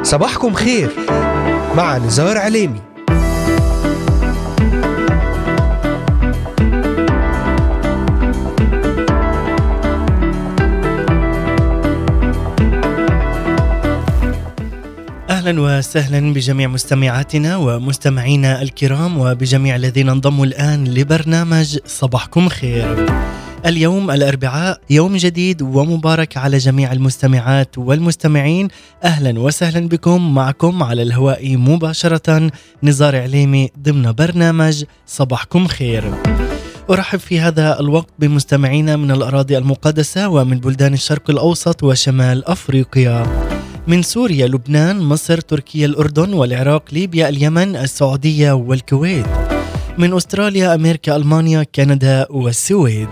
صباحكم خير مع نزار عليمي. أهلا وسهلا بجميع مستمعاتنا ومستمعينا الكرام وبجميع الذين انضموا الآن لبرنامج صباحكم خير. اليوم الأربعاء، يوم جديد ومبارك على جميع المستمعات والمستمعين. أهلا وسهلا بكم، معكم على الهواء مباشرة نزار عليمي ضمن برنامج صباحكم خير. أرحب في هذا الوقت بمستمعينا من الأراضي المقدسة ومن بلدان الشرق الأوسط وشمال أفريقيا، من سوريا، لبنان، مصر، تركيا، الأردن والعراق، ليبيا، اليمن، السعودية والكويت، من أستراليا، أمريكا، ألمانيا، كندا والسويد.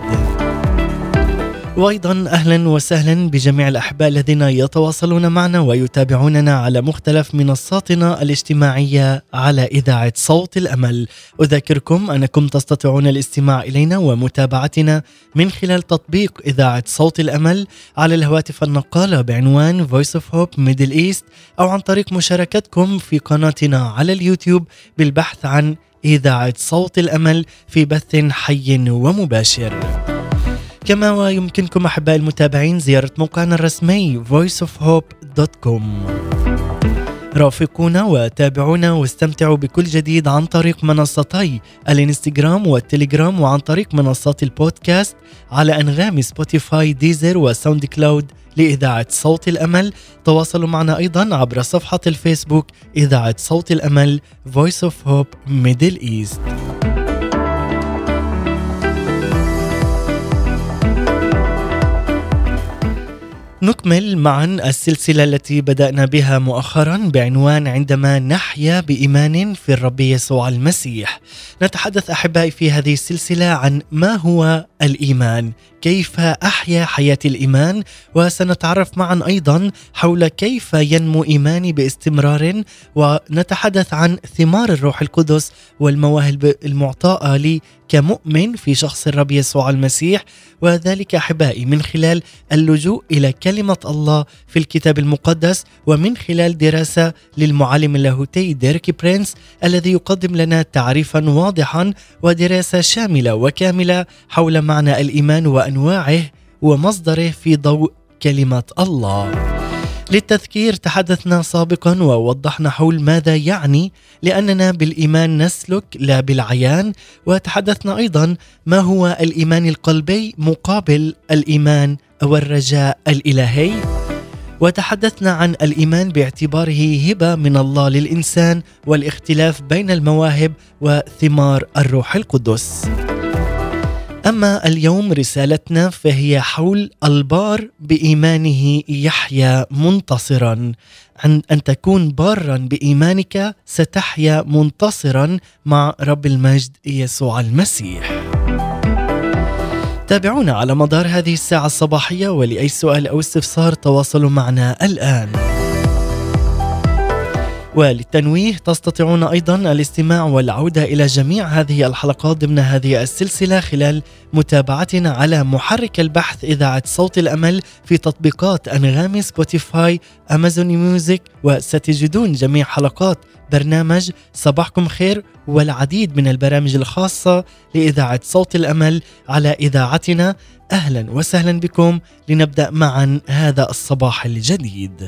وأيضا أهلا وسهلا بجميع الأحباء الذين يتواصلون معنا ويتابعوننا على مختلف منصاتنا الاجتماعية على إذاعة صوت الأمل. أذكركم أنكم تستطيعون الاستماع إلينا ومتابعتنا من خلال تطبيق إذاعة صوت الأمل على الهواتف النقالة بعنوان Voice of Hope Middle East، أو عن طريق مشاركتكم في قناتنا على اليوتيوب بالبحث عن إذاعة صوت الأمل في بث حي ومباشر. كما ويمكنكم أحباء المتابعين زيارة موقعنا الرسمي voiceofhope.com. رافقونا وتابعونا واستمتعوا بكل جديد عن طريق منصتي الانستغرام والتليجرام، وعن طريق منصات البودكاست على أنغام سبوتيفاي، ديزر وساوند كلاود لإذاعة صوت الأمل. تواصلوا معنا أيضا عبر صفحة الفيسبوك إذاعة صوت الأمل Voice of Hope Middle East. نكمل معا السلسلة التي بدأنا بها مؤخرا بعنوان عندما نحيا بإيمان في الرب يسوع المسيح. نتحدث أحبائي في هذه السلسلة عن ما هو الإيمان، كيف أحيا حياة الإيمان، وسنتعرف معا أيضا حول كيف ينمو إيماني باستمرار، ونتحدث عن ثمار الروح القدس والمواهب المعطاة لي كمؤمن في شخص الرب يسوع المسيح، وذلك أحبائي من خلال اللجوء إلى كلمة الله في الكتاب المقدس، ومن خلال دراسة للمعلم اللاهوتي ديريك برينس الذي يقدم لنا تعريفا واضحا ودراسة شاملة وكاملة حول معنى الإيمان وأنواعه ومصدره في ضوء كلمة الله. للتذكير، تحدثنا سابقا ووضحنا حول ماذا يعني لأننا بالإيمان نسلك لا بالعيان، وتحدثنا أيضا ما هو الإيمان القلبي مقابل الإيمان أو الرجاء الإلهي، وتحدثنا عن الإيمان باعتباره هبة من الله للإنسان والاختلاف بين المواهب وثمار الروح القدس. أما اليوم رسالتنا فهي حول البار بإيمانه يحيا منتصرا. عند أن تكون بارا بإيمانك ستحيا منتصرا مع رب المجد يسوع المسيح. تابعونا على مدار هذه الساعة الصباحية، ولأي سؤال أو استفسار تواصلوا معنا الآن. وللتنويه، تستطيعون أيضا الاستماع والعودة إلى جميع هذه الحلقات ضمن هذه السلسلة خلال متابعتنا على محرك البحث إذاعة صوت الأمل في تطبيقات أنغام، سبوتيفاي، أمازون ميوزك، وستجدون جميع حلقات برنامج صباحكم خير والعديد من البرامج الخاصة لإذاعة صوت الأمل على إذاعتنا. أهلا وسهلا بكم، لنبدأ معا هذا الصباح الجديد.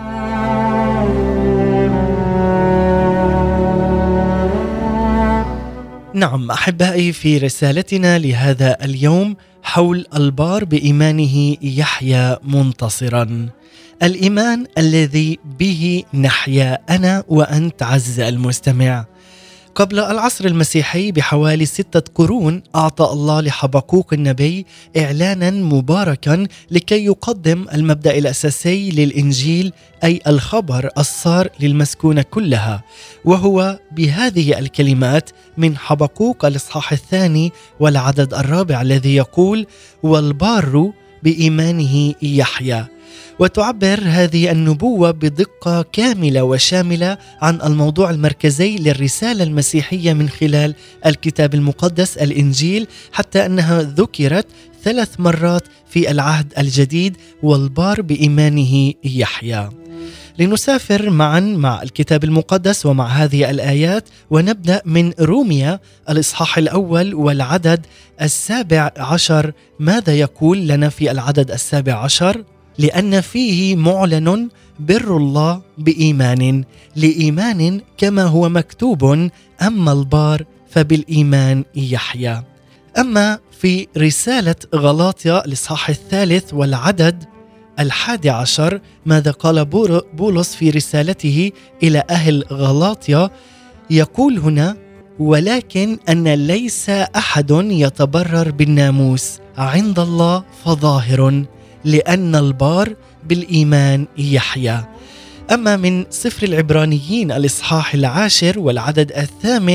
نعم أحبائي، في رسالتنا لهذا اليوم حول البار بإيمانه يحيا منتصرا، الإيمان الذي به نحيا أنا وأنت عزيز المستمع. قبل العصر المسيحي بحوالي 6 قرون أعطى الله لحبقوق النبي إعلانا مباركا لكي يقدم المبدأ الأساسي للإنجيل، أي الخبر السار للمسكونة كلها، وهو بهذه الكلمات من حبقوق الإصحاح 2 والعدد 4 الذي يقول: والبار بإيمانه يحيا. وتعبر هذه النبوة بدقة كاملة وشاملة عن الموضوع المركزي للرسالة المسيحية من خلال الكتاب المقدس الإنجيل، حتى أنها ذكرت 3 مرات في العهد الجديد: والبار بإيمانه يحيا. لنسافر معا مع الكتاب المقدس ومع هذه الآيات، ونبدأ من روميا الإصحاح الأول والعدد 17. ماذا يقول لنا في العدد 17؟ لأن فيه معلن بر الله بإيمان لإيمان كما هو مكتوب أما البار فبالإيمان يحيى. أما في رسالة غلاطيا الإصحاح الثالث والعدد 11 ماذا قال بولس في رسالته إلى أهل غلاطيا؟ يقول هنا: ولكن أن ليس أحد يتبرر بالناموس عند الله فظاهر لأن البار بالإيمان يحيى. أما من سفر العبرانيين الإصحاح 10 والعدد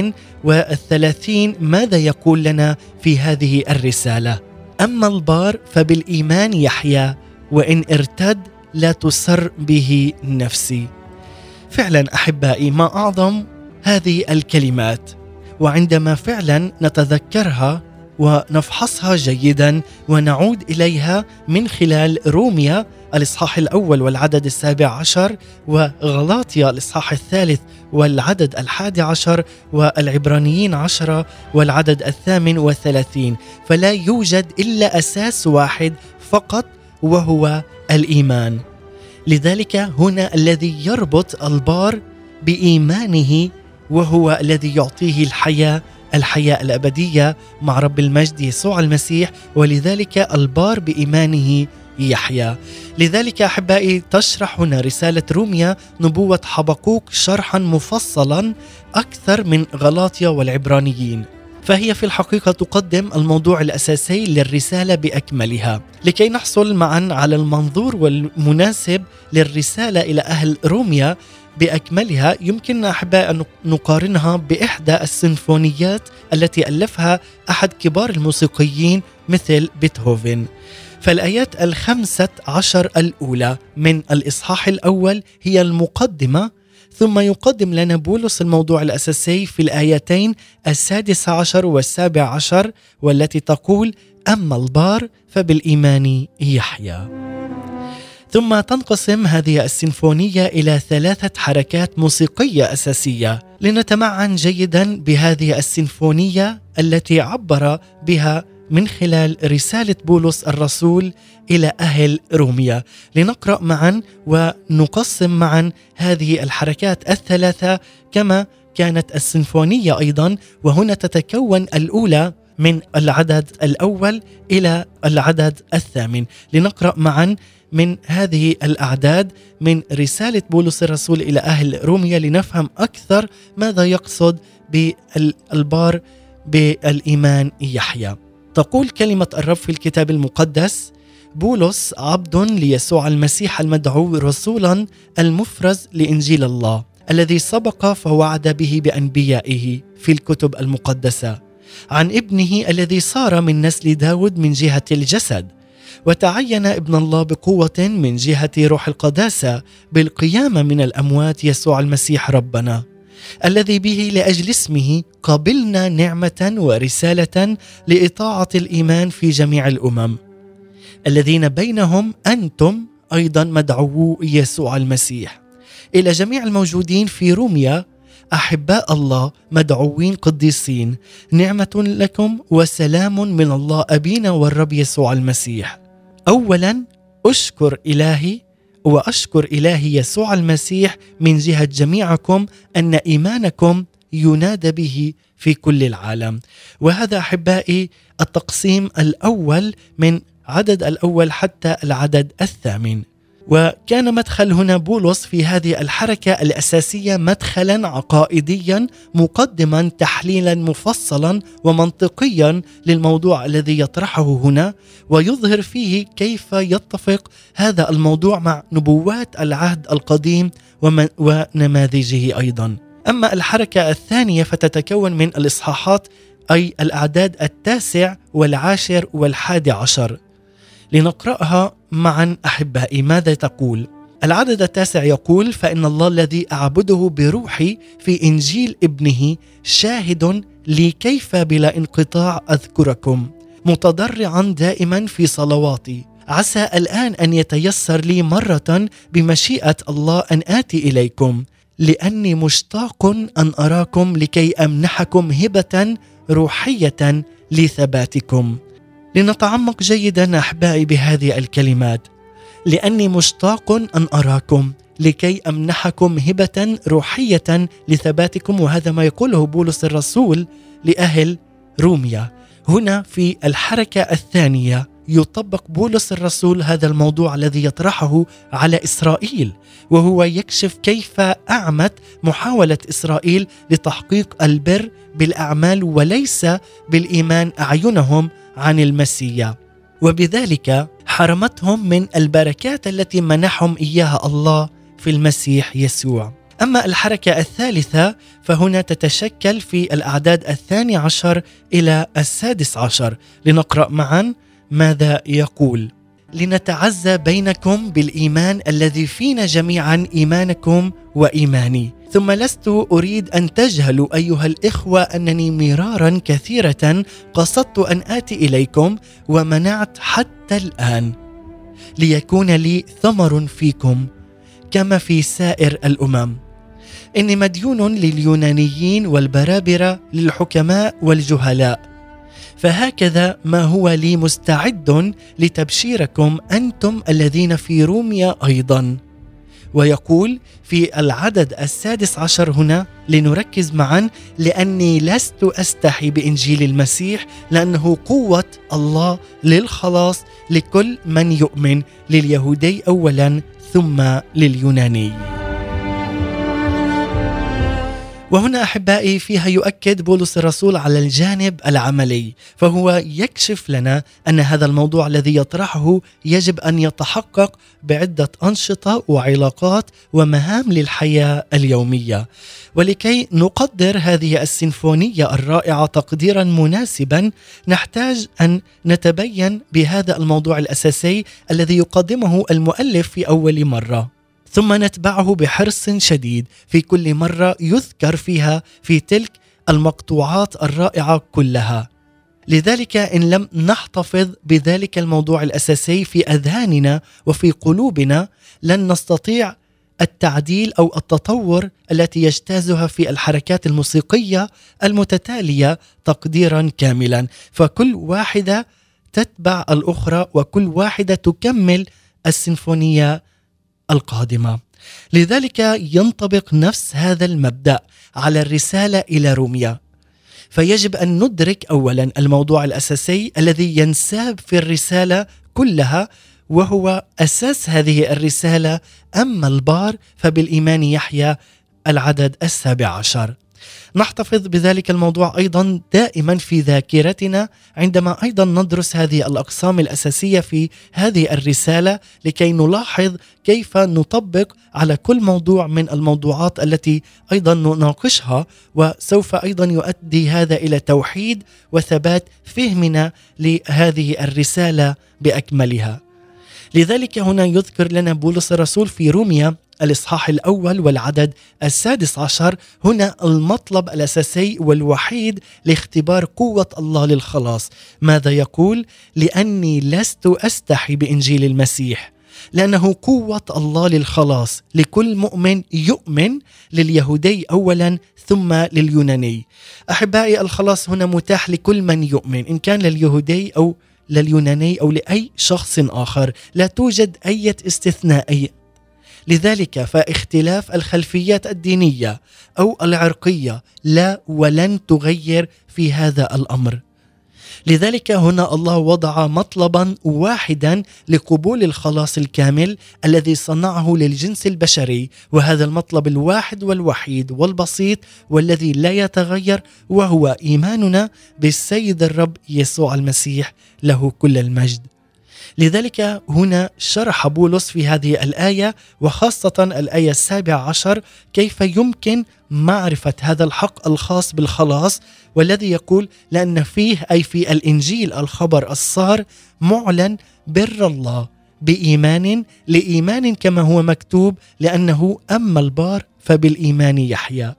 38 ماذا يقول لنا في هذه الرسالة؟ أما البار فبالإيمان يحيى وإن ارتد لا تسر به نفسي. فعلا أحبائي، ما أعظم هذه الكلمات، وعندما فعلا نتذكرها ونفحصها جيدا ونعود إليها من خلال روميا الإصحاح الأول والعدد 17 وغلاطيا الإصحاح الثالث والعدد 11 والعبرانيين 10 والعدد 38، فلا يوجد إلا أساس واحد فقط وهو الإيمان. لذلك هنا الذي يربط البار بإيمانه وهو الذي يعطيه الحياة الأبدية مع رب المجد يسوع المسيح، ولذلك البار بإيمانه يحيى. لذلك أحبائي تشرح هنا رسالة روميا نبوة حبقوق شرحا مفصلا أكثر من غلاطيا والعبرانيين، فهي في الحقيقة تقدم الموضوع الأساسي للرسالة بأكملها. لكي نحصل معا على المنظور والمناسب للرسالة إلى أهل روميا بأكملها، يمكننا أحباء أن نقارنها بإحدى السيمفونيات التي ألفها أحد كبار الموسيقيين مثل بيتهوفن. فالآيات 15 الأولى من الإصحاح الأول هي المقدمة، ثم يقدم لنا بولس الموضوع الأساسي في الآيتين 16 و17 والتي تقول: أما البار فبالإيمان يحيى. ثم تنقسم هذه السيمفونية إلى 3 حركات موسيقية أساسية لنتمعن جيدا بهذه السيمفونية التي عبر بها من خلال رسالة بولس الرسول إلى أهل روميا. لنقرأ معا ونقسم معا هذه الحركات 3 كما كانت السيمفونية أيضا، وهنا تتكون الأولى من العدد الأول إلى العدد 8. لنقرأ معا من هذه الأعداد من رسالة بولس الرسول إلى أهل روميا لنفهم أكثر ماذا يقصد بالبار بالإيمان يحيى. تقول كلمة الرب في الكتاب المقدس: بولس عبد ليسوع المسيح المدعو رسولا المفرز لإنجيل الله الذي سبق فوعد به بأنبيائه في الكتب المقدسة عن ابنه الذي صار من نسل داود من جهة الجسد، وتعين ابن الله بقوة من جهة روح القداسة بالقيامة من الأموات يسوع المسيح ربنا، الذي به لأجل اسمه قبلنا نعمة ورسالة لإطاعة الإيمان في جميع الأمم، الذين بينهم أنتم أيضا مدعوو يسوع المسيح. إلى جميع الموجودين في روميا أحباء الله مدعوين قديسين، نعمة لكم وسلام من الله أبينا والرب يسوع المسيح. أولا أشكر إلهي يسوع المسيح من جهة جميعكم أن إيمانكم ينادى به في كل العالم. وهذا أحبائي التقسيم الأول من عدد الأول حتى العدد 8. وكان مدخل هنا بولس في هذه الحركة الأساسية مدخلا عقائديا مقدما تحليلا مفصلا ومنطقيا للموضوع الذي يطرحه هنا، ويظهر فيه كيف يتفق هذا الموضوع مع نبوات العهد القديم ونماذجه أيضا. أما الحركة الثانية فتتكون من الإصحاحات أي الأعداد 9 و10 و11. لنقرأها معا أحبائي. ماذا تقول؟ العدد 9 يقول: فإن الله الذي أعبده بروحي في إنجيل ابنه شاهد لي كيف بلا انقطاع أذكركم متضرعا دائما في صلواتي عسى الآن أن يتيسر لي مرة بمشيئة الله أن آتي إليكم، لأني مشتاق أن أراكم لكي أمنحكم هبة روحية لثباتكم. لنتعمق جيدا أحبائي بهذه الكلمات، لأني مشتاق أن أراكم لكي أمنحكم هبة روحية لثباتكم. وهذا ما يقوله بولس الرسول لأهل روميا. هنا في الحركة الثانية يطبق بولس الرسول هذا الموضوع الذي يطرحه على إسرائيل، وهو يكشف كيف أعمت محاولة إسرائيل لتحقيق البر بالأعمال وليس بالإيمان أعينهم عن المسيح، وبذلك حرمتهم من البركات التي منحهم إياها الله في المسيح يسوع. أما الحركة الثالثة فهنا تتشكل في الأعداد 12 إلى 16. لنقرأ معا ماذا يقول: لنتعزى بينكم بالإيمان الذي فينا جميعا إيمانكم وإيماني. ثم لست أريد أن تجهلوا أيها الإخوة أنني مرارا كثيرة قصدت أن آتي إليكم ومنعت حتى الآن، ليكون لي ثمر فيكم كما في سائر الأمم. إني مديون لليونانيين والبرابرة، للحكماء والجهلاء، فهكذا ما هو لي مستعد لتبشيركم أنتم الذين في روميا أيضا. ويقول في العدد 16 هنا، لنركز معا: لأني لست أستحي بإنجيل المسيح، لأنه قوة الله للخلاص لكل من يؤمن، لليهودي أولا ثم لليوناني. وهنا أحبائي فيها يؤكد بولس الرسول على الجانب العملي، فهو يكشف لنا أن هذا الموضوع الذي يطرحه يجب أن يتحقق بعدة أنشطة وعلاقات ومهام للحياة اليومية. ولكي نقدر هذه السيمفونية الرائعة تقديرا مناسبا، نحتاج أن نتبين بهذا الموضوع الأساسي الذي يقدمه المؤلف في أول مرة، ثم نتبعه بحرص شديد في كل مرة يذكر فيها في تلك المقطوعات الرائعة كلها. لذلك إن لم نحتفظ بذلك الموضوع الأساسي في أذهاننا وفي قلوبنا، لن نستطيع التعديل أو التطور التي يجتازها في الحركات الموسيقية المتتالية تقديرا كاملا، فكل واحدة تتبع الأخرى وكل واحدة تكمل السيمفونية القادمة. لذلك ينطبق نفس هذا المبدأ على الرسالة إلى روميا، فيجب أن ندرك أولا الموضوع الأساسي الذي ينساب في الرسالة كلها، وهو أساس هذه الرسالة: أما البار فبالإيمان يحيى، العدد 17. نحتفظ بذلك الموضوع أيضا دائما في ذاكرتنا عندما أيضا ندرس هذه الأقسام الأساسية في هذه الرسالة، لكي نلاحظ كيف نطبق على كل موضوع من الموضوعات التي أيضا نناقشها، وسوف أيضا يؤدي هذا إلى توحيد وثبات فهمنا لهذه الرسالة بأكملها. لذلك هنا يذكر لنا بولس الرسول في روميا الإصحاح الأول والعدد 16 هنا المطلب الأساسي والوحيد لاختبار قوة الله للخلاص. ماذا يقول؟ لأني لست أستحي بإنجيل المسيح، لأنه قوة الله للخلاص لكل مؤمن يؤمن، لليهودي أولا ثم لليوناني. أحبائي، الخلاص هنا متاح لكل من يؤمن، إن كان لليهودي أو لليوناني أو لأي شخص آخر، لا توجد أي استثناء. لذلك فاختلاف الخلفيات الدينية أو العرقية لا ولن تغير في هذا الأمر. لذلك هنا الله وضع مطلبا واحدا لقبول الخلاص الكامل الذي صنعه للجنس البشري، وهذا المطلب الواحد والوحيد والبسيط والذي لا يتغير، وهو إيماننا بالسيد الرب يسوع المسيح، له كل المجد. لذلك هنا شرح بولس في هذه الآية وخاصة الآية 17 كيف يمكن معرفة هذا الحق الخاص بالخلاص، والذي يقول: لأن فيه أي في الإنجيل الخبر الصار معلن بر الله بإيمان لإيمان كما هو مكتوب، لأنه أما البار فبالإيمان يحيى.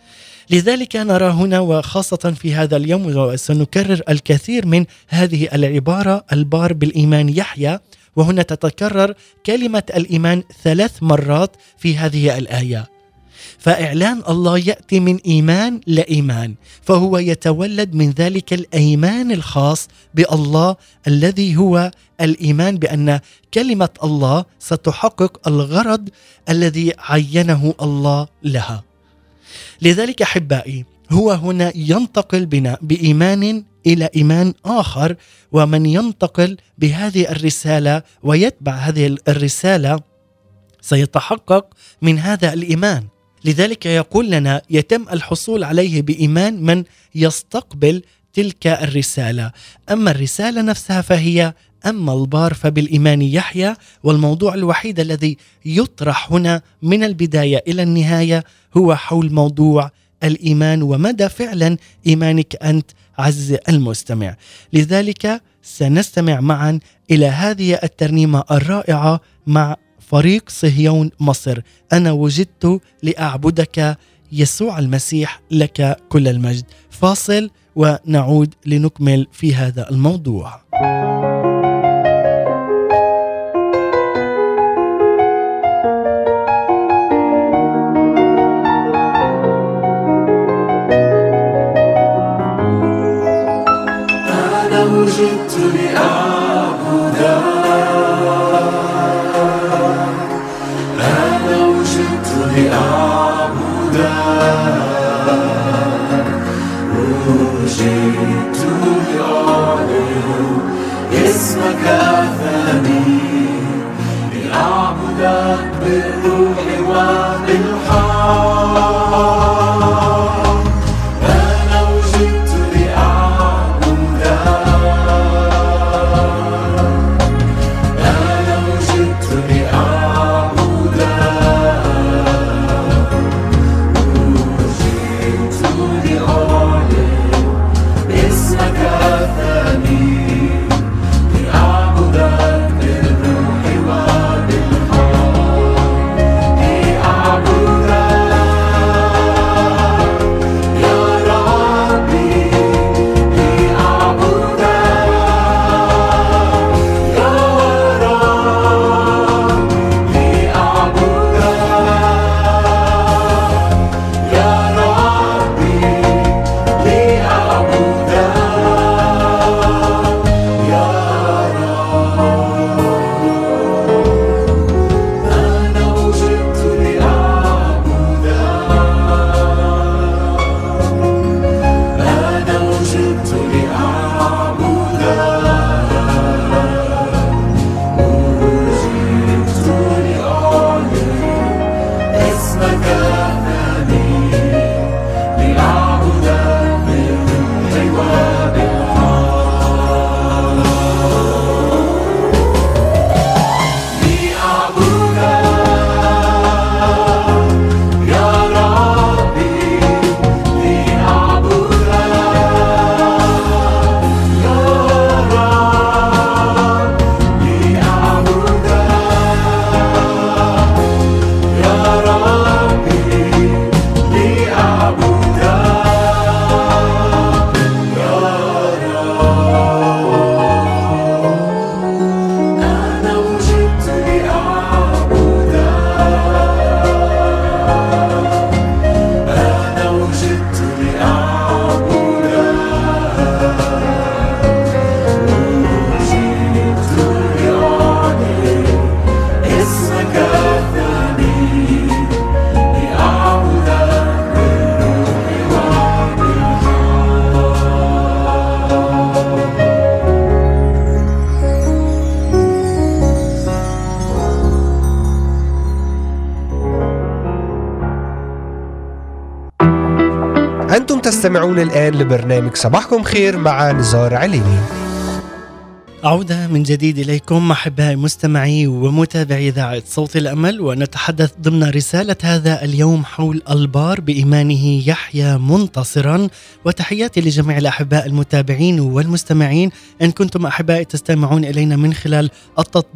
لذلك نرى هنا وخاصة في هذا اليوم وسنكرر الكثير من هذه العبارة: البار بالإيمان يحيى. وهنا تتكرر كلمة الإيمان 3 مرات في هذه الآية. فإعلان الله يأتي من إيمان لإيمان، فهو يتولد من ذلك الإيمان الخاص بالله الذي هو الإيمان بأن كلمة الله ستحقق الغرض الذي عينه الله لها. لذلك أحبائي هو هنا ينتقل بنا بإيمان إلى إيمان آخر، ومن ينتقل بهذه الرسالة ويتبع هذه الرسالة سيتحقق من هذا الإيمان. لذلك يقول لنا يتم الحصول عليه بإيمان من يستقبل تلك الرسالة. أما الرسالة نفسها فهي أما البار فبالإيمان يحيى. والموضوع الوحيد الذي يطرح هنا من البداية إلى النهاية هو حول موضوع الإيمان ومدى فعلا إيمانك أنت عز المستمع. لذلك سنستمع معا إلى هذه الترنيمة الرائعة مع فريق صهيون مصر. أنا وجدت لأعبدك يسوع المسيح، لك كل المجد. فاصل ونعود لنكمل في هذا الموضوع. أنا وجدت لأعبدك، أنا وجدت لأعبدك، وجدت لأعلن اسمك الثاني، لأعبدك بالروح وبالحق. أنا وجدت لأعبدك، أنا وجدت لأعبدك، وجدت لأعلن اسمك الثاني، لأعبدك بالروح وبالحق، لأعبدك يا ربي، لأعبدك يا رب، لأعبدك يا ربي، لأعبدك يا رب. أنا وجدت لأعبدك، أنا وجدت لأعبدك، وجدت لأعلن اسمك الثاني، لأعبدك بالروح وبالحق، لأعبدك يا ربي، لأعبدك يا رب، لأعبدك يا ربي، لأعبدك يا رب. أنا وجدت لأعبدك، أنا وجدت لأعبدك، وجدت لأعلن اسمك الثاني، لأعبدك بالروح وبالحق. أنتم تستمعون الآن لبرنامج صباحكم خير مع نزار عليني. عودة من جديد إليكم أحبائي مستمعي ومتابعي إذاعة صوت الأمل، ونتحدث ضمن رسالة هذا اليوم حول البار بإيمانه يحيى منتصرا. وتحياتي لجميع الأحباء المتابعين والمستمعين. إن كنتم أحبائي تستمعون إلينا من خلال التطبيق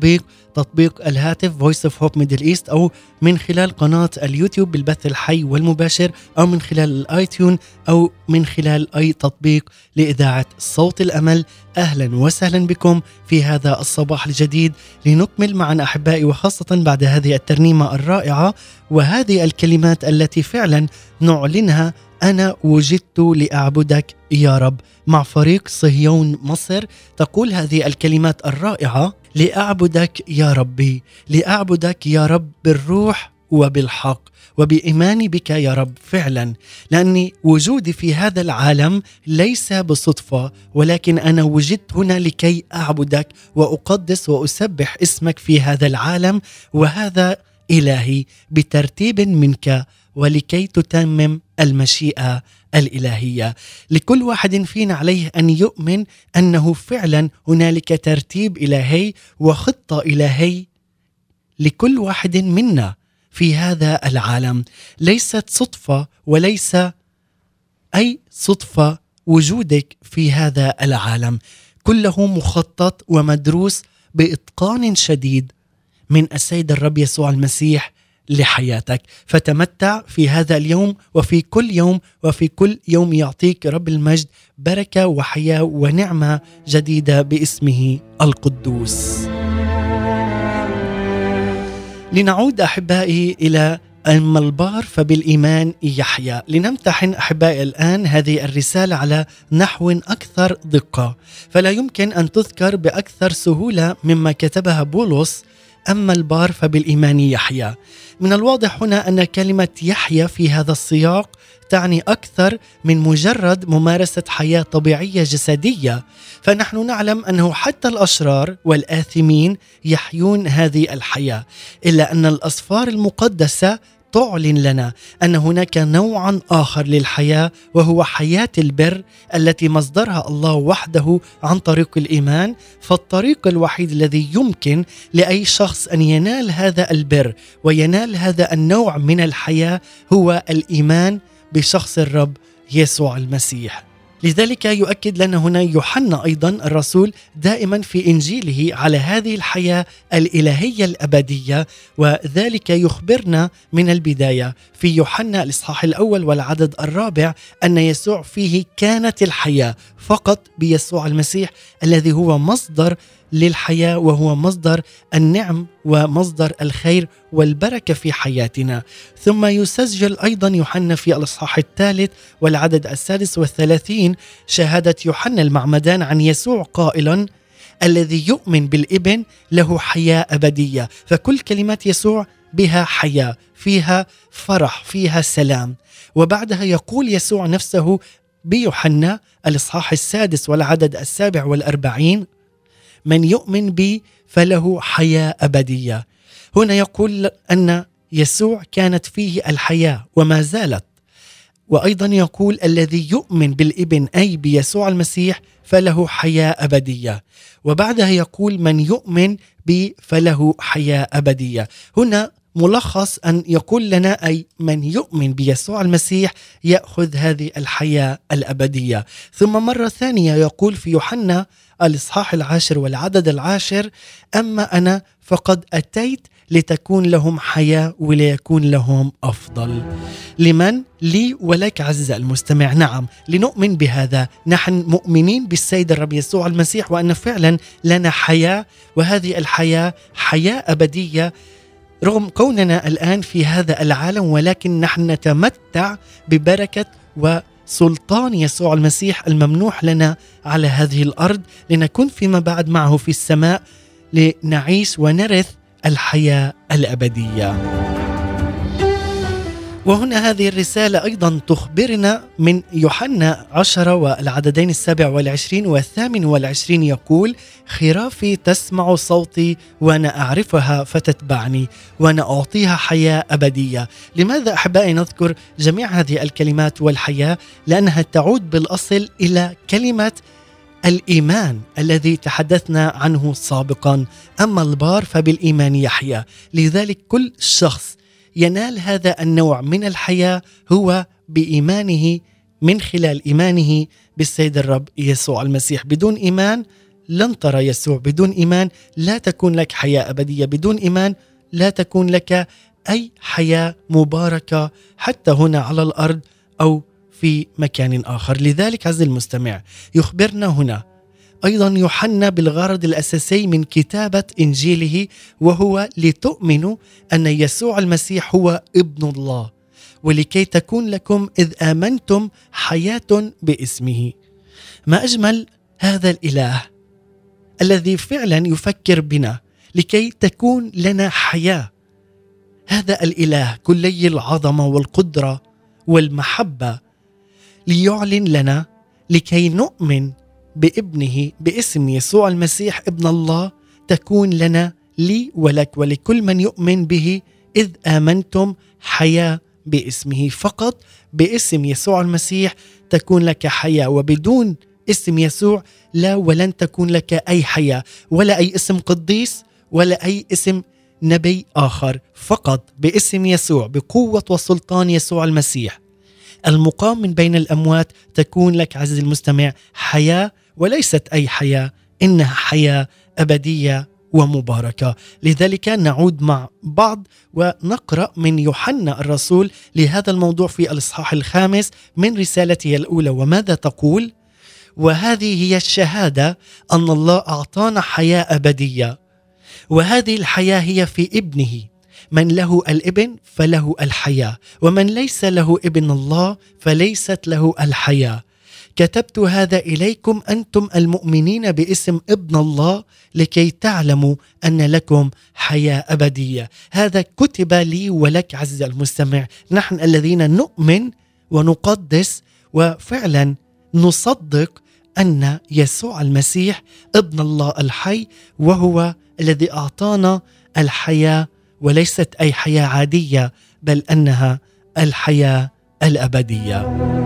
تطبيق الهاتف Voice of Hope Middle East، أو من خلال قناة اليوتيوب بالبث الحي والمباشر، أو من خلال الآيتون، أو من خلال أي تطبيق لإذاعة صوت الأمل. أهلا وسهلا بكم في هذا الصباح الجديد لنكمل معا أحبائي، وخاصة بعد هذه الترنيمة الرائعة وهذه الكلمات التي فعلا نعلنها: أنا وجدت لأعبدك يا رب. مع فريق صهيون مصر تقول هذه الكلمات الرائعة: لأعبدك يا ربي، لأعبدك يا رب بالروح وبالحق وبإيماني بك يا رب فعلا، لأني وجودي في هذا العالم ليس بصدفة، ولكن أنا وجدت هنا لكي أعبدك وأقدس وأسبح اسمك في هذا العالم، وهذا إلهي بترتيب منك ولكي تتمم المشيئة الإلهية. لكل واحد فينا عليه أن يؤمن أنه فعلا هنالك ترتيب إلهي وخطة إلهي لكل واحد منا في هذا العالم. ليست صدفة، وليس أي صدفة وجودك في هذا العالم، كله مخطط ومدروس بإتقان شديد من السيد الرب يسوع المسيح لحياتك. فتمتع في هذا اليوم وفي كل يوم، وفي كل يوم يعطيك رب المجد بركة وحياة ونعمة جديدة باسمه القدوس. لنعود أحبائي إلى أما البار فبالإيمان يحيى. لنمتحن أحبائي الآن هذه الرسالة على نحو أكثر دقة، فلا يمكن أن تذكر بأكثر سهولة مما كتبها بولس: أما البار فبالإيمان يحيى. من الواضح هنا أن كلمة يحيى في هذا السياق تعني أكثر من مجرد ممارسة حياة طبيعية جسدية، فنحن نعلم أنه حتى الأشرار والآثمين يحيون هذه الحياة، إلا أن الأسفار المقدسة تعلن لنا أن هناك نوعا آخر للحياة، وهو حياة البر التي مصدرها الله وحده عن طريق الإيمان. فالطريق الوحيد الذي يمكن لأي شخص أن ينال هذا البر وينال هذا النوع من الحياة هو الإيمان بشخص الرب يسوع المسيح. لذلك يؤكد لنا هنا يوحنا أيضا الرسول دائما في إنجيله على هذه الحياة الإلهية الأبدية، وذلك يخبرنا من البداية في يوحنا الإصحاح الأول والعدد 4 أن يسوع فيه كانت الحياة، فقط بيسوع المسيح الذي هو مصدر للحياة وهو مصدر النعم ومصدر الخير والبركة في حياتنا. ثم يسجل أيضا يوحنا في الإصحاح الثالث والعدد 36 شهادة يوحنا المعمدان عن يسوع قائلا: الذي يؤمن بالابن له حياة أبدية. فكل كلمات يسوع بها حياة، فيها فرح، فيها سلام. وبعدها يقول يسوع نفسه بيوحنا الإصحاح السادس والعدد 47: من يؤمن بي فله حياة أبدية. هنا يقول أن يسوع كانت فيه الحياة وما زالت، وأيضا يقول الذي يؤمن بالابن أي بيسوع المسيح فله حياة أبدية. وبعدها يقول من يؤمن بي فله حياة أبدية. هنا ملخص أن يقول لنا أي من يؤمن بيسوع المسيح يأخذ هذه الحياة الأبدية. ثم مرة ثانية يقول في يوحنا الإصحاح 10 والعدد 10: أما أنا فقد أتيت لتكون لهم حياة وليكون لهم أفضل. لمن؟ لي ولك عزيزي المستمع. نعم، لنؤمن بهذا. نحن مؤمنين بالسيد الرب يسوع المسيح وأن فعلا لنا حياة، وهذه الحياة حياة أبدية رغم كوننا الآن في هذا العالم، ولكن نحن نتمتع ببركة وسلطان يسوع المسيح الممنوح لنا على هذه الأرض، لنكون فيما بعد معه في السماء لنعيش ونرث الحياة الأبدية. وهنا هذه الرسالة أيضا تخبرنا من يوحنا 10 والعددين 27 و28 يقول: خرافي تسمع صوتي وأنا أعرفها فتتبعني وأنا أعطيها حياة أبدية. لماذا أحبائي نذكر جميع هذه الكلمات والحياة؟ لأنها تعود بالأصل إلى كلمة الإيمان الذي تحدثنا عنه سابقا: أما البار فبالإيمان يحيى. لذلك كل شخص ينال هذا النوع من الحياة هو بإيمانه، من خلال إيمانه بالسيد الرب يسوع المسيح. بدون إيمان لن ترى يسوع. بدون إيمان لا تكون لك حياة أبدية. بدون إيمان لا تكون لك أي حياة مباركة حتى هنا على الأرض أو في مكان آخر. لذلك عز المستمع يخبرنا هنا أيضا يوحنا بالغرض الأساسي من كتابة إنجيله، وهو لتؤمنوا أن يسوع المسيح هو ابن الله، ولكي تكون لكم إذ آمنتم حياة باسمه. ما أجمل هذا الإله الذي فعلا يفكر بنا لكي تكون لنا حياة. هذا الإله كلي العظمة والقدرة والمحبة ليعلن لنا لكي نؤمن بابنه باسم يسوع المسيح ابن الله، تكون لنا لي ولك ولكل من يؤمن به إذ آمنتم حياة باسمه. فقط باسم يسوع المسيح تكون لك حياة، وبدون اسم يسوع لا ولن تكون لك أي حياة، ولا أي اسم قديس ولا أي اسم نبي آخر. فقط باسم يسوع، بقوة وسلطان يسوع المسيح المقام من بين الأموات، تكون لك عزيزي المستمع حياة، وليست أي حياة، إنها حياة أبدية ومباركة. لذلك نعود مع بعض ونقرأ من يوحنا الرسول لهذا الموضوع في الإصحاح 5 من رسالته الأولى. وماذا تقول؟ وهذه هي الشهادة أن الله أعطانا حياة أبدية، وهذه الحياة هي في ابنه. من له الابن فله الحياة، ومن ليس له ابن الله فليست له الحياة. كتبت هذا إليكم أنتم المؤمنين باسم ابن الله لكي تعلموا أن لكم حياة أبدية. هذا كتب لي ولك عزيزي المستمع، نحن الذين نؤمن ونقدس وفعلا نصدق أن يسوع المسيح ابن الله الحي، وهو الذي أعطانا الحياة، وليست أي حياة عادية بل أنها الحياة الأبدية.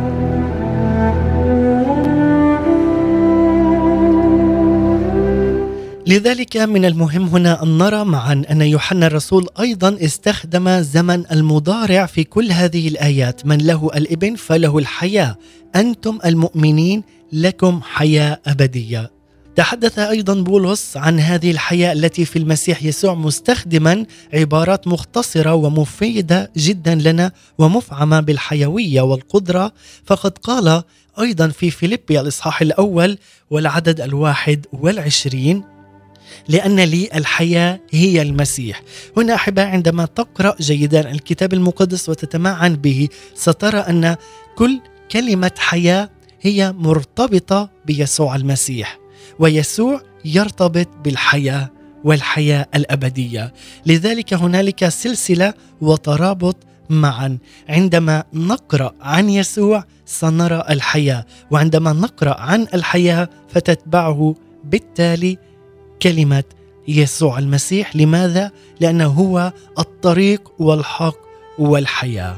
لذلك من المهم هنا أن نرى معا أن يوحنا الرسول أيضا استخدم زمن المضارع في كل هذه الآيات. من له الابن فله الحياة، أنتم المؤمنين لكم حياة أبدية. تحدث أيضا بولس عن هذه الحياة التي في المسيح يسوع مستخدما عبارات مختصرة ومفيدة جدا لنا ومفعمة بالحيوية والقدرة. فقد قال أيضا في فيليبي الإصحاح 1 والعدد 21: لأن لي الحياة هي المسيح. هنا أحباء عندما تقرأ جيدا الكتاب المقدس وتتمعن به سترى أن كل كلمة حياة هي مرتبطة بيسوع المسيح، ويسوع يرتبط بالحياة والحياة الأبدية. لذلك هنالك سلسلة وترابط معا. عندما نقرأ عن يسوع سنرى الحياة، وعندما نقرأ عن الحياة فتتبعه بالتالي كلمة يسوع المسيح. لماذا؟ لأنه هو الطريق والحق والحياة.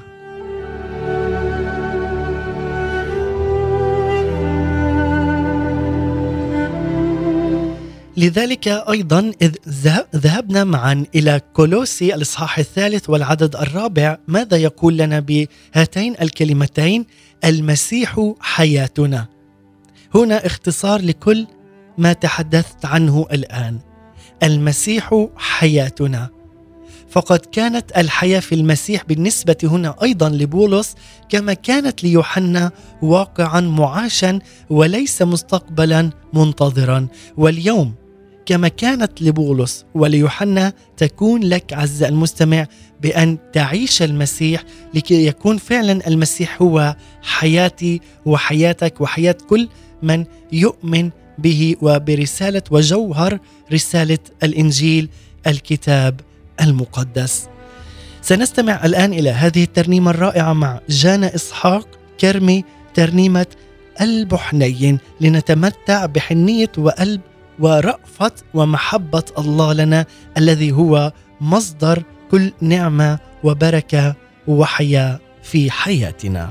لذلك أيضا إذ ذهبنا معا إلى كولوسي الإصحاح 3 والعدد 4، ماذا يقول لنا بهاتين الكلمتين؟ المسيح حياتنا. هنا اختصار لكل ما تحدثت عنه الآن. المسيح حياتنا. فقد كانت الحياة في المسيح بالنسبة هنا أيضا لبولس كما كانت ليوحنا واقعا معاشا وليس مستقبلا منتظرا. واليوم كما كانت لبولس وليوحنا تكون لك عزيزي المستمع بأن تعيش المسيح، لكي يكون فعلا المسيح هو حياتي وحياتك وحياة كل من يؤمن به وبرسالة وجوهر رسالة الإنجيل الكتاب المقدس. سنستمع الآن إلى هذه الترنيمة الرائعة مع جانا إسحاق كرمي، ترنيمة البحنين، لنتمتع بحنية وقلب ورأفة ومحبة الله لنا الذي هو مصدر كل نعمة وبركة وحياة في حياتنا.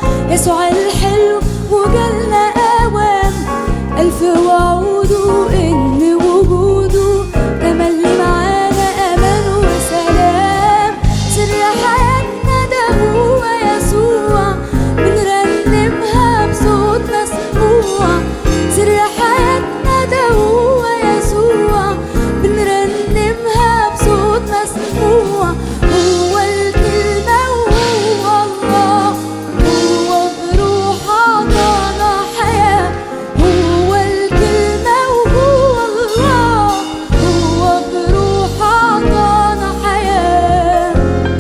يسوع الحلو وجالنا أوام ألف وعوده إن وجوده تملي معانا أمان وسلام. سر حياتنا ده هو يسوع بنرنمها بصوت مسموع. سر حياتنا ده هو يسوع بنرنمها بصوت مسموع. هو الكلمة وهو الله، هو بروح عطانا حياة. هو الكلمة وهو الله، هو بروح عطانا حياة.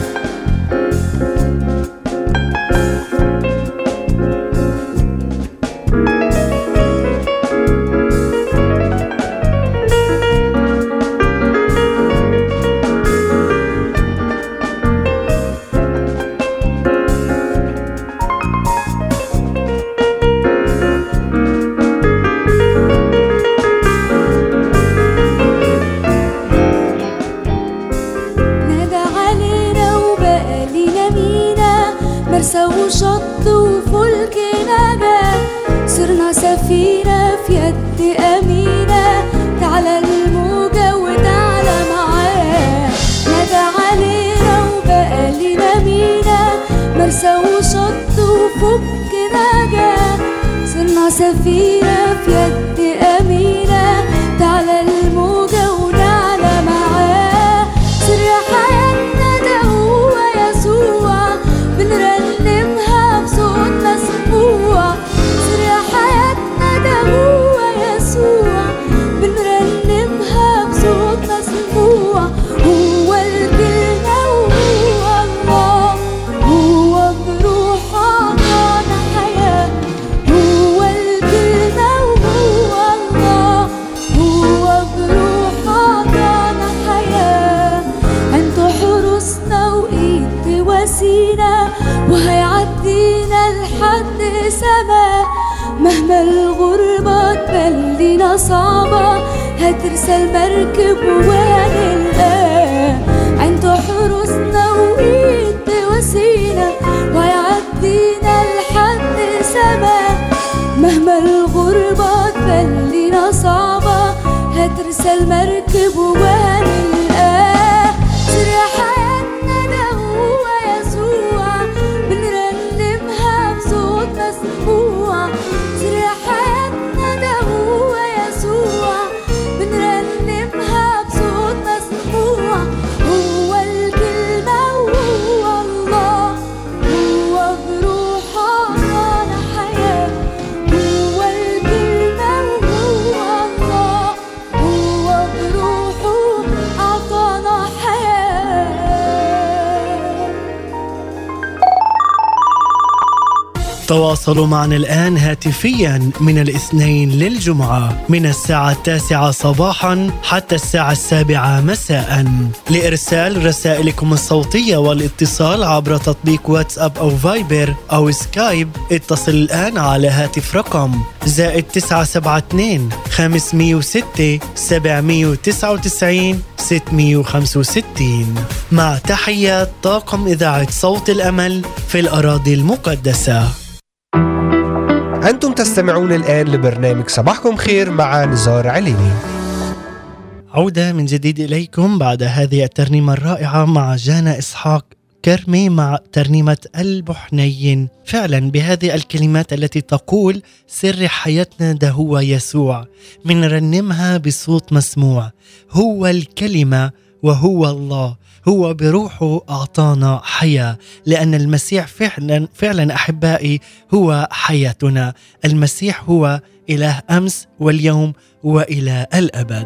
نادى علينا وبقى لينا مينا، مرسى وشط وفلك نجا. صرنا سفينة في يد أمينة، تعالى الموجة وتعالى معاه. نادى علينا وبقى لينا مينا، مرسى وشط وفلك نجا. صرنا سفينة في يد أمينة، تعالى الموجة ونعلى معاه. سر حياتنا ده هو يسوع بنرنمها بصوت مسموع. سر حياتنا ده هو يسوع بنرنمها بصوت مسموع. هو الكلمة وهو الله، هو بروح عطانا حياة. هو الكلمة وهو الله، هو بروح عطانا حياة. انتو حرسنا وايد تواسينا، وهيعدينا لحد سما. مهما الغربة تبلينا صعبة، هترسل مركب وهنلقاه. انتو حرسنا وايد تواسينا، وهيعدينا لحد سما. مهما الغربة تبلينا صعبة، هترسل مركب وهنلقاه. سر حياتنا ده هو يسوع بنرنمها بصوت مسموع. سر حياتنا ده هو يسوع بنرنمها بصوت مسموع. هو الكلمة وهو الله، هو بروح عطانا حياة. هو الكلمة وهو الله، هو بروحه عطانا حياة. تواصلوا معنا الآن هاتفيا من الاثنين للجمعة من الساعة 9 صباحا حتى الساعة 7 مساء لإرسال رسائلكم الصوتية والاتصال عبر تطبيق واتساب أو فايبر أو سكايب. اتصل الآن على هاتف رقم +972 506 799 665 مع تحيات طاقم إذاعة صوت الأمل في الأراضي المقدسة. أنتم تستمعون الآن لبرنامج صباحكم خير مع نزار عليني. عودة من جديد إليكم بعد هذه الترنيمة الرائعة مع جانا إسحاق كرمي مع ترنيمة البحنين. فعلا بهذه الكلمات التي تقول سر حياتنا ده هو يسوع، منرنمها بصوت مسموع. هو الكلمة وهو الله، هو بروحه أعطانا حياة، لأن المسيح فعلا أحبائي هو حياتنا. المسيح هو إله أمس واليوم وإلى الأبد.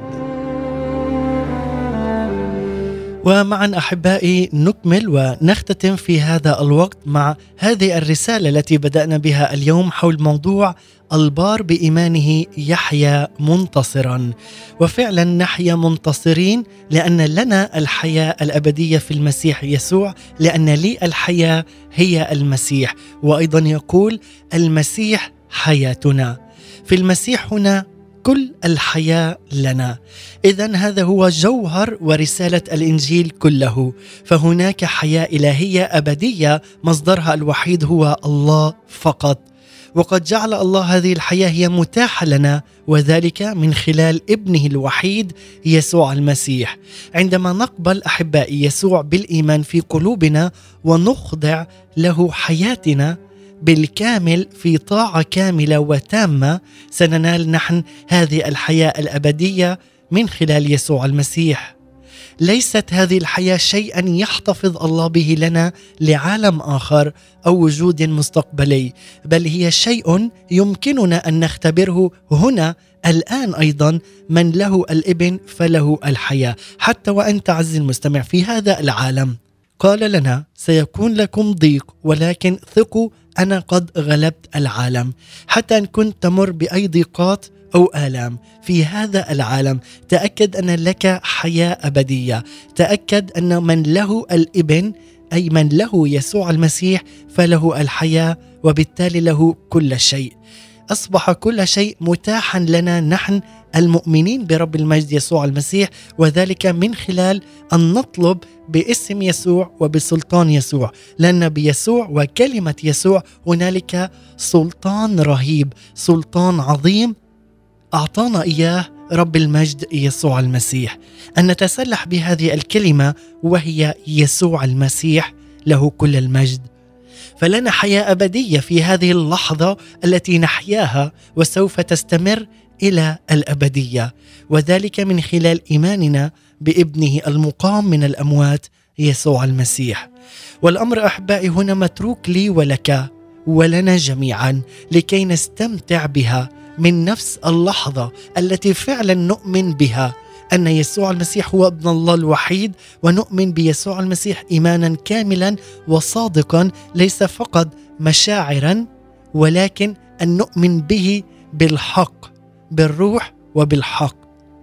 ومعا أحبائي نكمل ونختتم في هذا الوقت مع هذه الرسالة التي بدأنا بها اليوم حول موضوع البار بإيمانه يحيا منتصرا. وفعلا نحيا منتصرين لأن لنا الحياة الأبدية في المسيح يسوع، لأن لي الحياة هي المسيح. وأيضا يقول المسيح حياتنا. في المسيح هنا كل الحياة لنا. إذن هذا هو جوهر ورسالة الإنجيل كله، فهناك حياة إلهية أبدية مصدرها الوحيد هو الله فقط، وقد جعل الله هذه الحياة هي متاحة لنا، وذلك من خلال ابنه الوحيد يسوع المسيح. عندما نقبل أحبائي يسوع بالإيمان في قلوبنا ونخضع له حياتنا بالكامل في طاعة كاملة وتامة، سننال نحن هذه الحياة الأبدية من خلال يسوع المسيح. ليست هذه الحياة شيئا يحتفظ الله به لنا لعالم آخر أو وجود مستقبلي، بل هي شيء يمكننا أن نختبره هنا الآن أيضا. من له الابن فله الحياة. حتى وأنت عز المستمع في هذا العالم قال لنا سيكون لكم ضيق، ولكن ثقوا أنا قد غلبت العالم. حتى إن كنت تمر بأي ضيقات أو آلام في هذا العالم، تأكد أن لك حياة أبدية. تأكد أن من له الابن أي من له يسوع المسيح فله الحياة، وبالتالي له كل شيء. أصبح كل شيء متاحا لنا نحن المؤمنين برب المجد يسوع المسيح، وذلك من خلال أن نطلب باسم يسوع وبسلطان يسوع، لأن بيسوع وكلمة يسوع هنالك سلطان رهيب، سلطان عظيم أعطانا إياه رب المجد يسوع المسيح، أن نتسلح بهذه الكلمة وهي يسوع المسيح له كل المجد. فلنا حياة أبدية في هذه اللحظة التي نحياها، وسوف تستمر إلى الأبدية، وذلك من خلال إيماننا بابنه المقام من الأموات يسوع المسيح. والأمر أحبائي هنا متروك لي ولك ولنا جميعا لكي نستمتع بها من نفس اللحظة التي فعلا نؤمن بها أن يسوع المسيح هو ابن الله الوحيد، ونؤمن بيسوع المسيح إيمانا كاملا وصادقا، ليس فقط مشاعرا، ولكن أن نؤمن به بالحق، بالروح وبالحق.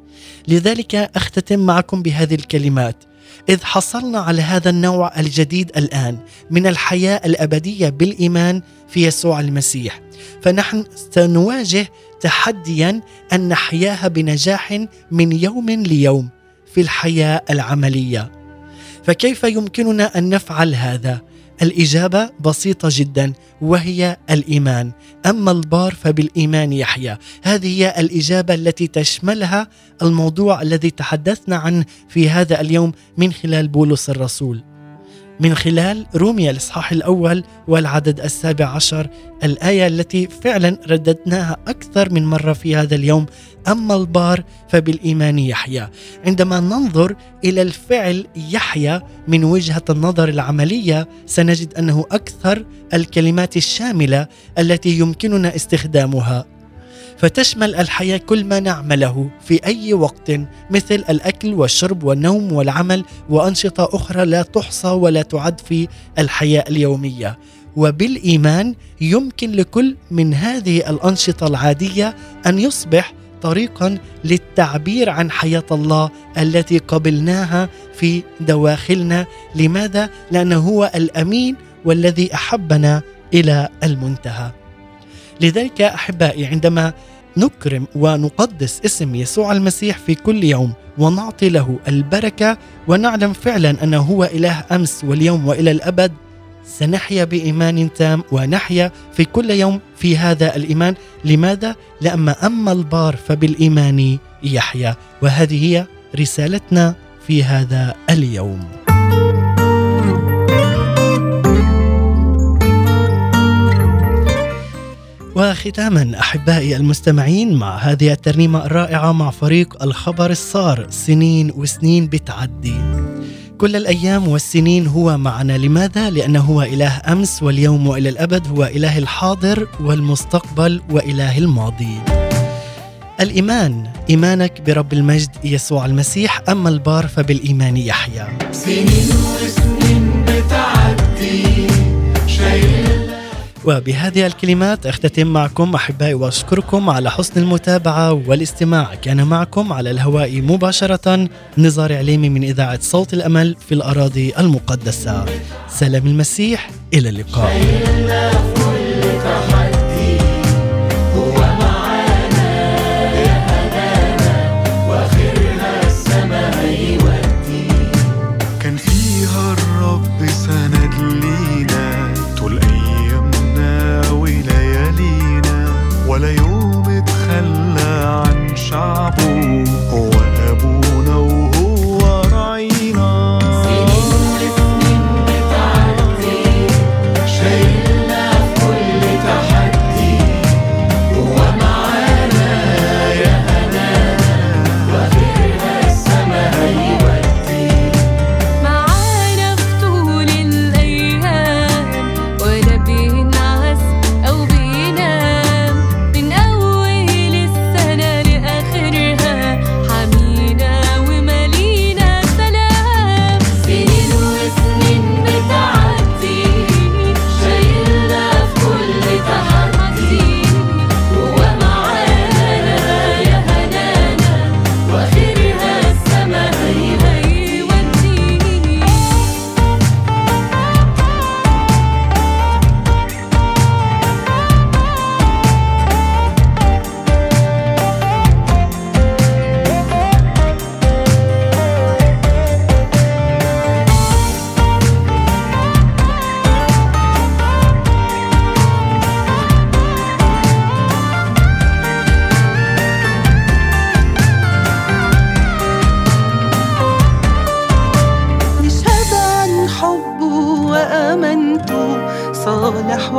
لذلك أختتم معكم بهذه الكلمات: إذ حصلنا على هذا النوع الجديد الآن من الحياة الأبدية بالإيمان في يسوع المسيح، فنحن سنواجه تحديا أن نحياها بنجاح من يوم ليوم في الحياة العملية. فكيف يمكننا أن نفعل هذا؟ الإجابة بسيطة جدا، وهي الإيمان. أما البار فبالإيمان يحيا. هذه هي الإجابة التي تشملها الموضوع الذي تحدثنا عنه في هذا اليوم من خلال بولس الرسول، من خلال روميا الإصحاح الأول والعدد 17، الآية التي فعلا رددناها أكثر من مرة في هذا اليوم: أما البار فبالإيمان يحيا. عندما ننظر إلى الفعل يحيا من وجهة النظر العملية، سنجد أنه أكثر الكلمات الشاملة التي يمكننا استخدامها، فتشمل الحياة كل ما نعمله في أي وقت، مثل الأكل والشرب والنوم والعمل وأنشطة أخرى لا تحصى ولا تعد في الحياة اليومية. وبالإيمان يمكن لكل من هذه الأنشطة العادية أن يصبح طريقا للتعبير عن حياة الله التي قبلناها في دواخلنا. لماذا؟ لأنه هو الأمين والذي أحبنا إلى المنتهى. لذلك أحبائي، عندما نكرم ونقدس اسم يسوع المسيح في كل يوم ونعطي له البركة، ونعلم فعلا أنه هو إله أمس واليوم وإلى الأبد، سنحيا بإيمان تام ونحيا في كل يوم في هذا الإيمان. لماذا؟ أما البار فبالإيمان يحيا. وهذه هي رسالتنا في هذا اليوم. وختاما أحبائي المستمعين، مع هذه الترنيمة الرائعة مع فريق الخبر السار: سنين وسنين بتعدي، كل الأيام والسنين هو معنا. لماذا؟ لأنه هو إله أمس واليوم وإلى الأبد، هو إله الحاضر والمستقبل وإله الماضي. الإيمان، إيمانك برب المجد يسوع المسيح. أما البار فبالإيمان يحيا. سنين وسنين بتعدي وبهذه الكلمات أختتم معكم أحبائي، وأشكركم على حسن المتابعة والاستماع. كان معكم على الهواء مباشرة نزار عليمي من إذاعة صوت الأمل في الأراضي المقدسة. سلام المسيح، إلى اللقاء.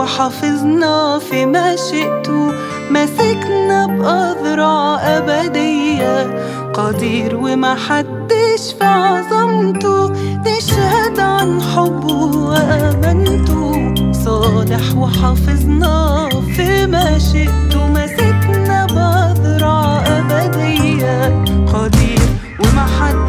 وحافظنا في مشيئته، ماسكنا بأذرع أبدية، قدير وما حدش في عظمته، نشهد عن حبه وأمانته، صالح وحافظنا في مشيئته، ماسكنا بأذرع أبدية، قدير وما حدش